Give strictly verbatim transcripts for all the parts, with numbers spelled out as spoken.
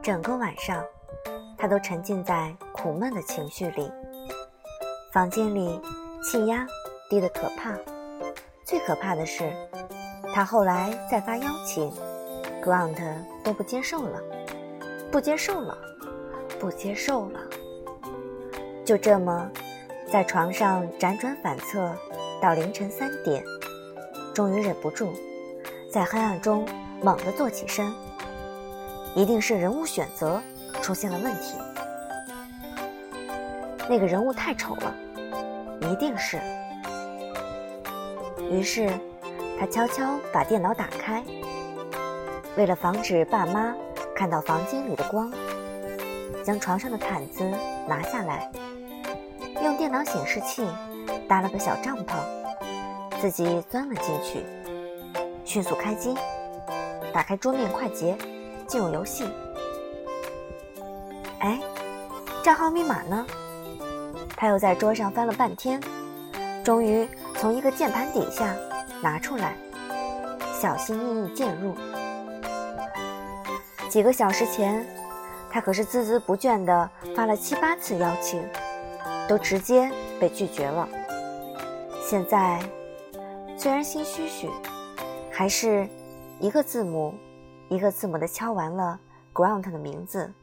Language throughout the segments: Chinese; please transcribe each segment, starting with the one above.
整个晚上，他都沉浸在苦闷的情绪里。房间里气压低得可怕，最可怕的是，他后来再发邀请 ，Grant 都不接受了，不接受了，不接受了。就这么，在床上辗转反侧到凌晨三点，终于忍不住，在黑暗中猛地坐起身。一定是人物选择出现了问题，那个人物太丑了，一定是。于是他悄悄把电脑打开，为了防止爸妈看到房间里的光，将床上的毯子拿下来，用电脑显示器搭了个小帐篷，自己钻了进去，迅速开机，打开桌面快捷，进入游戏。哎，账号密码呢？他又在桌上翻了半天，终于从一个键盘底下拿出来，小心翼翼键入。几个小时前，他可是孜孜不倦地发了七八次邀请，都直接被拒绝了。现在虽然心虚虚，还是一个字母一个字母地敲完了 Grant 的名字，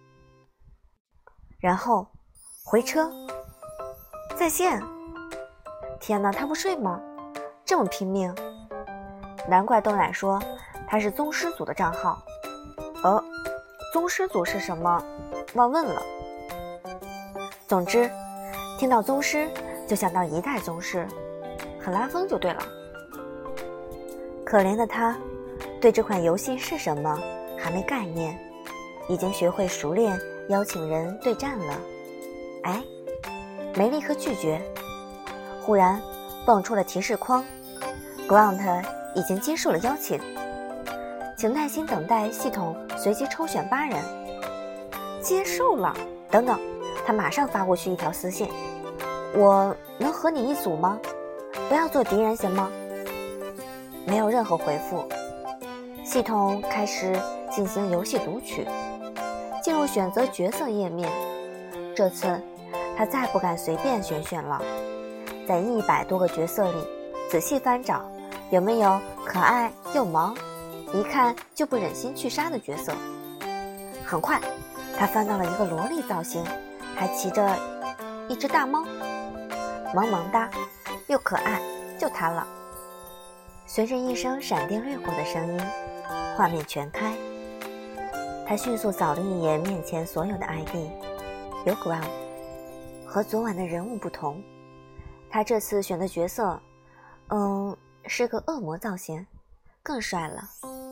然后回车在线。天哪，他不睡吗？这么拼命，难怪豆奶说他是宗师组的账号。呃，宗师组是什么？忘问了。总之，听到宗师就想到一代宗师，很拉风就对了。可怜的他，对这款游戏是什么还没概念，已经学会熟练邀请人对战了。哎，没立刻拒绝，忽然蹦出了提示框 Grant 已经接受了邀请，请耐心等待系统随机抽选八人。接受了。等等，他马上发过去一条私信，我能和你一组吗？不要做敌人行吗？没有任何回复。系统开始进行游戏读取，进入选择角色页面。这次他再不敢随便选选了，在一百多个角色里仔细翻找，有没有可爱又萌，一看就不忍心去杀的角色。很快，他翻到了一个萝莉造型，还骑着一只大猫，萌萌哒，又可爱，就他了。随着一声闪电掠过的声音，画面全开。他迅速扫了一眼面前所有的 I D， 有 Grant。和昨晚的人物不同，他这次选的角色，嗯，是个恶魔造型，更帅了。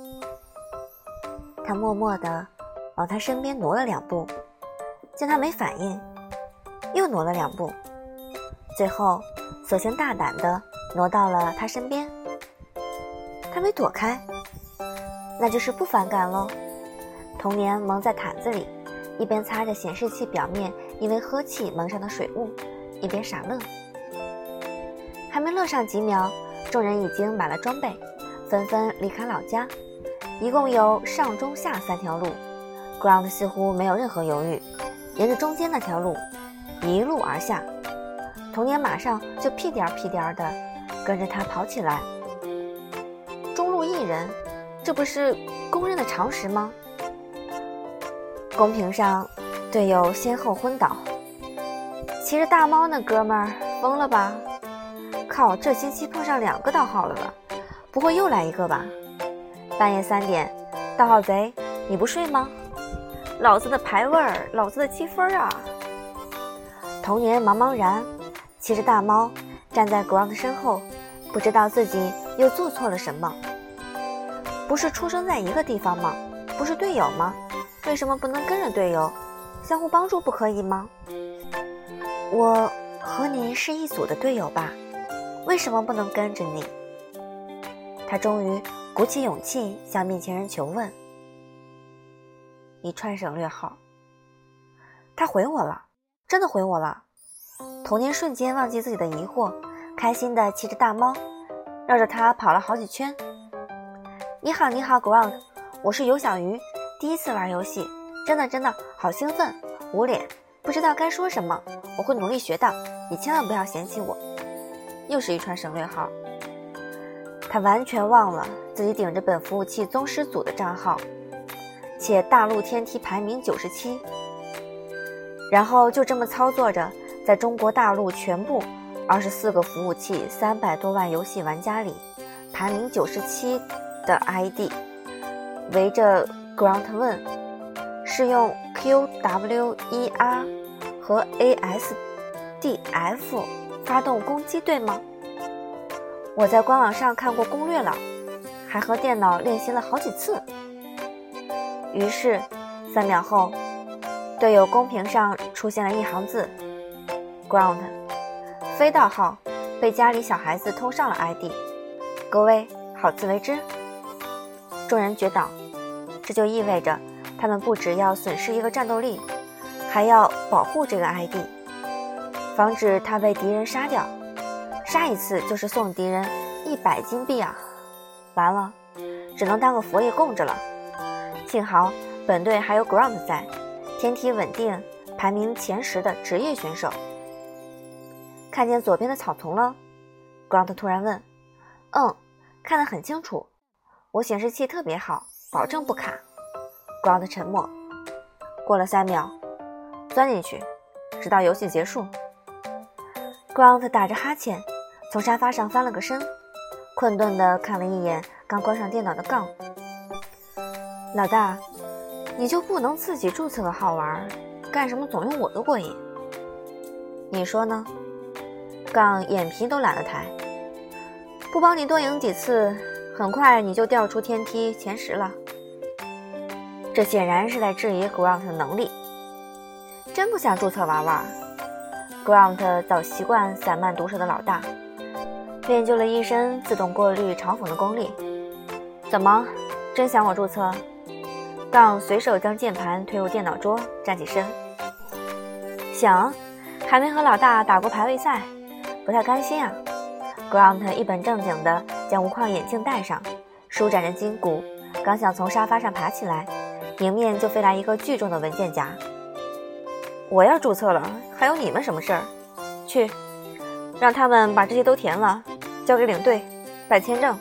他默默地往他身边挪了两步，见他没反应，又挪了两步，最后索性大胆地挪到了他身边。他没躲开，那就是不反感咯。童年蒙在毯子里，一边擦着显示器表面因为喝气蒙上的水雾，一边傻乐。还没乐上几秒，众人已经买了装备，纷纷离开老家。一共有上中下三条路， Grant 似乎没有任何犹豫，沿着中间那条路一路而下。童年马上就屁颠屁颠的跟着他跑起来。中路一人，这不是公认的常识吗？公屏上队友先后昏倒，骑着大猫那哥们儿疯了吧？靠，这星期碰上两个盗号了了，不会又来一个吧？半夜三点，盗号贼，你不睡吗？老子的排位儿，老子的积分啊！童年茫茫然，骑着大猫站在 Grant 身后，不知道自己又做错了什么。不是出生在一个地方吗？不是队友吗？为什么不能跟着队友，相互帮助不可以吗？我和你是一组的队友吧，为什么不能跟着你？他终于鼓起勇气向面前人求问。一串省略号。他回我了，真的回我了。童年瞬间忘记自己的疑惑，开心地骑着大猫绕着他跑了好几圈。你好你好 Grant， 我是尤小鱼，第一次玩游戏， 真的真的好兴奋，捂脸，不知道该说什么，我会努力学的，你千万不要嫌弃我。又是一串省略号。他完全忘了自己顶着本服务器宗师组的账号，且大陆天梯排名九十七，然后就这么操作着，在中国大陆全部二十四个服务器三百多万游戏玩家里，排名九十七的 I D 围着 Grant 问，是用 Q W E R 和 A S D F 发动攻击对吗？我在官网上看过攻略了，还和电脑练习了好几次。于是三秒后，队友公屏上出现了一行字 Ground 飞盗号被家里小孩子通上了 I D， 各位好自为之。众人绝倒，这就意味着他们不只要损失一个战斗力，还要保护这个 I D， 防止他被敌人杀掉，杀一次就是送敌人一百金币啊！完了，只能当个佛爷供着了。幸好本队还有 Grant 在，天梯稳定，排名前十的职业选手。看见左边的草丛了 ？Grant 突然问。嗯，看得很清楚，我显示器特别好，保证不卡。Grant 沉默。过了三秒，钻进去，直到游戏结束。Grant 打着哈欠，从沙发上翻了个身，困顿地看了一眼刚关上电脑的杠。老大，你就不能自己注册个号玩，干什么总用我的过瘾？你说呢？杠眼皮都懒得抬。不帮你多赢几次，很快你就掉出天梯前十了。这显然是在质疑 Grant 的能力。真不想注册玩玩。Grant 早习惯散漫毒舌的老大，练就了一身自动过滤嘲讽的功力。怎么，真想我注册？杠随手将键盘推入电脑桌，站起身。想，还没和老大打过排位赛，不太甘心啊。Grant 一本正经地将无框眼镜戴上，舒展着筋骨，刚想从沙发上爬起来，迎面就飞来一个巨重的文件夹。我要注册了，还有你们什么事儿？去，让他们把这些都填了，交给领队，办签证。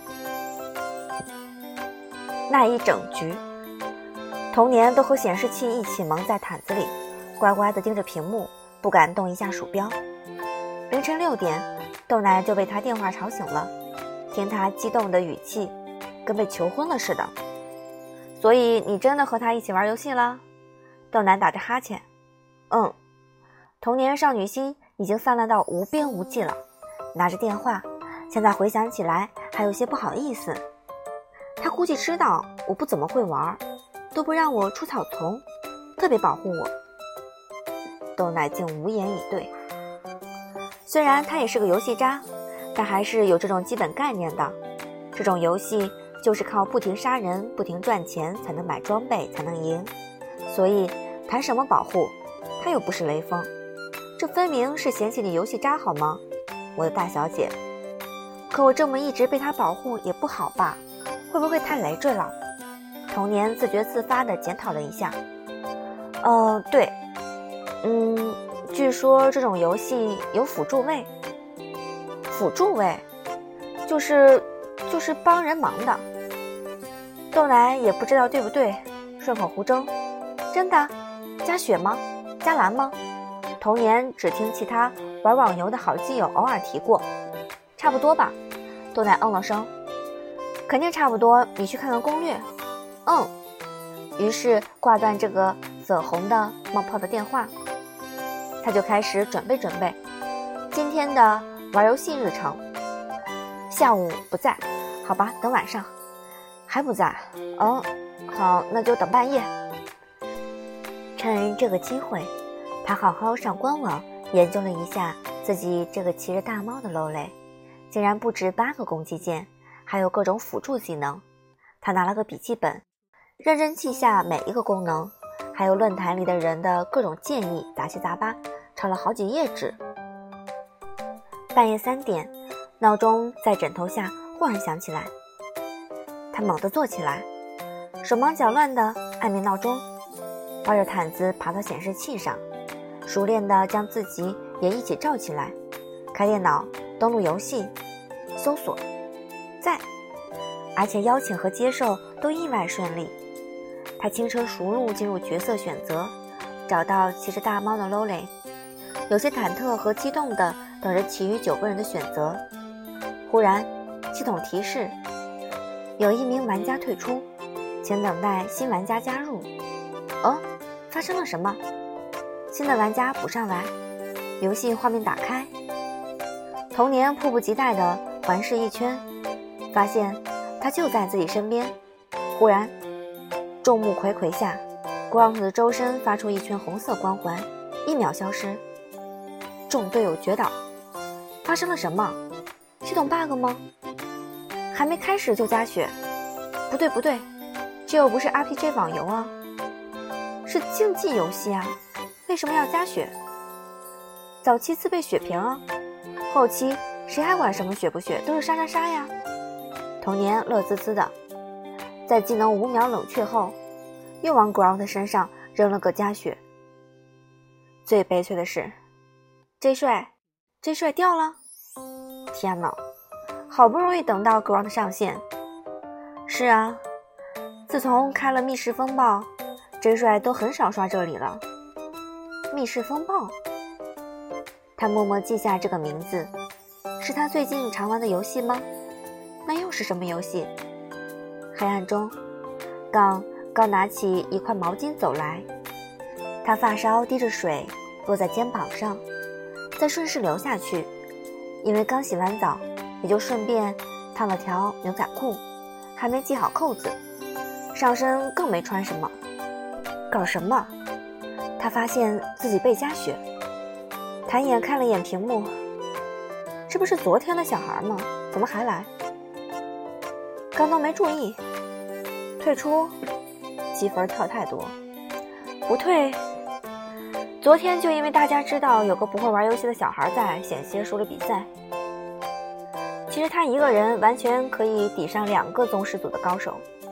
那一整局，童年都和显示器一起蒙在毯子里，乖乖地盯着屏幕，不敢动一下鼠标。凌晨六点，豆奶就被他电话吵醒了，听他激动的语气，跟被求婚了似的。所以你真的和他一起玩游戏了？豆奶打着哈欠。嗯，童年少女心已经泛滥到无边无际了。拿着电话，现在回想起来还有些不好意思。他估计知道我不怎么会玩，都不让我出草丛，特别保护我。豆奶竟无言以对。虽然他也是个游戏渣，但还是有这种基本概念的。这种游戏就是靠不停杀人、不停赚钱才能买装备才能赢，所以谈什么保护，他又不是雷锋，这分明是嫌弃你游戏渣好吗？我的大小姐。可我这么一直被他保护也不好吧？会不会太累赘了？童年自觉自发地检讨了一下。呃，对，嗯，据说这种游戏有辅助位。辅助位，就是就是帮人忙的。豆奶也不知道对不对，顺口胡诌。真的？加血吗？加蓝吗？童年只听其他玩网游的好基友偶尔提过。差不多吧。豆奶嗯了声。肯定差不多，你去看看攻略。嗯。于是挂断这个粉红的冒泡的电话，他就开始准备准备今天的玩游戏日程。下午不在，好吧，等晚上。还不在？嗯，好，那就等半夜。趁这个机会，他好好上官网研究了一下自己这个骑着大猫的 low 类，竟然不止八个攻击键，还有各种辅助技能。他拿了个笔记本，认真记下每一个功能，还有论坛里的人的各种建议，杂七杂八抄了好几页纸。半夜三点，闹钟在枕头下忽然响起来，他猛地坐起来，手忙脚乱地按灭闹钟。 抱着毯子爬到显示器上，熟练地将自己也一起罩起来，开电脑，登录游戏，搜索，在，而且邀请和接受都意外顺利。他轻车熟路进入角色选择，找到骑着大猫的 Lolly， 有些忐忑和激动地等着其余九个人的选择。忽然系统提示，有一名玩家退出，请等待新玩家加入。哦，发生了什么？新的玩家补上来，游戏画面打开，童年迫不及待地环视一圈，发现他就在自己身边。忽然众目睽睽下， Grant 的周身发出一圈红色光环，一秒消失。众队友绝倒，发生了什么？系统 bug 吗？还没开始就加血？不对不对，这又不是 R P G 网游啊，是竞技游戏啊，为什么要加血？早期自备血瓶啊，后期谁还管什么血不血，都是杀杀杀呀。童年乐滋滋的，在技能五秒冷却后，又往 Grant 身上扔了个加血。最悲催的是 J 帅 J 帅掉了，天哪，好不容易等到 Grant 上线。是啊，自从开了密室风暴， J 帅都很少刷这里了。密室风暴，他默默记下这个名字，是他最近常玩的游戏吗？那又是什么游戏？黑暗中，杠刚拿起一块毛巾走来，他发梢滴着水落在肩膀上，再顺势流下去，因为刚洗完澡，也就顺便烫了条牛仔裤，还没系好扣子，上身更没穿什么。搞什么？他发现自己被加血，抬眼看了眼屏幕，这不是昨天的小孩吗？怎么还来？刚都没注意，退出，积分跳太多，不退。昨天就因为大家知道有个不会玩游戏的小孩在，险些输了比赛。其实他一个人完全可以抵上两个宗师组的高手，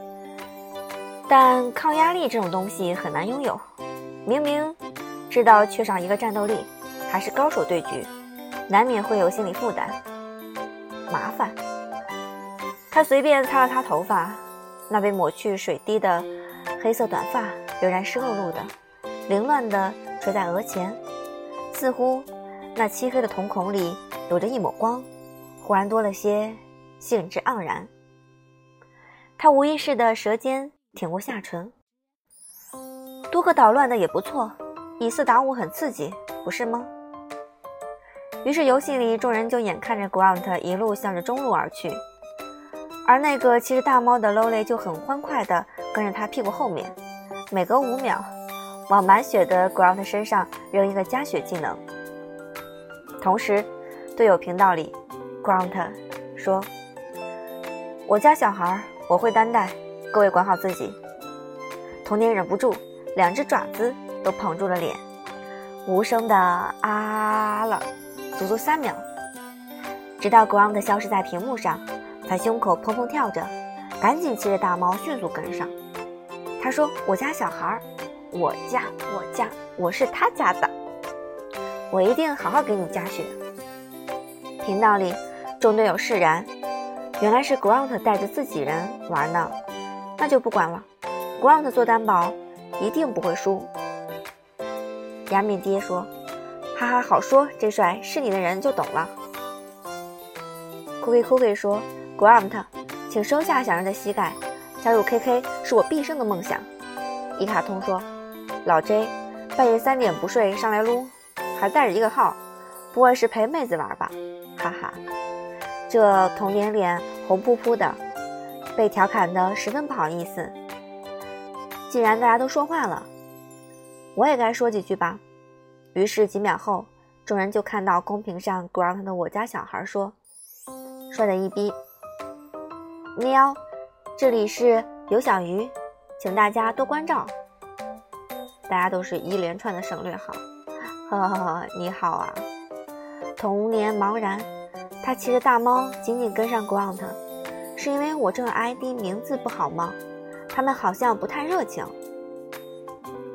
但抗压力这种东西很难拥有。明明知道缺少一个战斗力，还是高手对局，难免会有心理负担，麻烦。他随便擦了擦头发，那被抹去水滴的黑色短发仍然湿漉漉的，凌乱地垂在额前，似乎那漆黑的瞳孔里有着一抹光，忽然多了些兴致盎然。他无意识的舌尖舔过下唇，多个捣乱的也不错，以四打五很刺激，不是吗？于是游戏里众人就眼看着 Grant 一路向着中路而去，而那个骑着大猫的 Lolly 就很欢快地跟着他屁股后面，每隔五秒往满血的 Grant 身上扔一个加血技能。同时队友频道里 Grant 说，我家小孩我会担待，各位管好自己。童年忍不住两只爪子都捧住了脸，无声的啊了足足三秒，直到 Grant 消失在屏幕上，他胸口砰砰跳着，赶紧骑着大猫迅速跟上。他说，我家小孩，我家我家我是他家的，我一定好好给你加血。频道里众队友释然，原来是 Grant 带着自己人玩呢，那就不管了， Grant 做担保一定不会输。雅米爹说，哈哈，好说，J帅是你的人就懂了。Cookie Cookie 说， Grant 请收下小人的膝盖，加入 K K 是我毕生的梦想。伊卡通说，老 J 半夜三点不睡上来撸，还带着一个号，不会是陪妹子玩吧，哈哈。这童年脸红扑扑的，被调侃得十分不好意思。既然大家都说话了，我也该说几句吧。于是几秒后，众人就看到公屏上 Grant 的我家小孩说，帅的一逼，喵，这里是有小鱼，请大家多关照。大家都是一连串的省略号，呵呵呵，你好啊。童年茫然，他骑着大猫紧紧跟上 Grant， 是因为我这个 I D 名字不好吗？他们好像不太热情。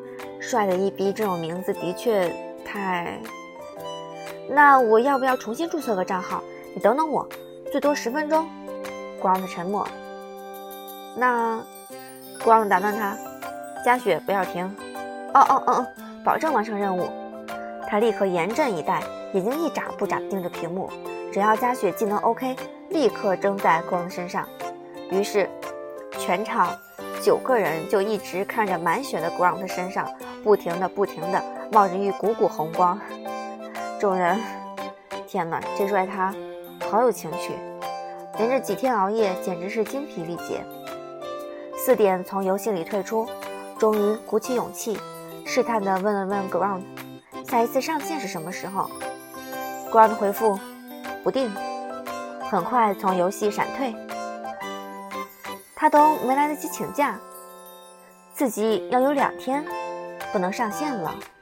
帅的一逼这种名字的确太……那我要不要重新注册个账号？你等等我，最多十分钟。Ground 沉默。那 Ground 打断他，加血不要停。哦哦哦哦，保证完成任务。他立刻严阵以待，眼睛一眨不眨盯着屏幕，只要加血技能 OK， 立刻扔在 Ground 身上。于是全场九个人就一直看着满血的 Ground 身上，不停的不停的冒着一股股红光。众人，天哪，这帅他好有情趣，连着几天熬夜简直是精疲力竭。四点从游戏里退出，终于鼓起勇气，试探地问了问 Ground， 下一次上线是什么时候。 Ground 回复不定，很快从游戏闪退。他都没来得及请假，自己要有两天不能上线了。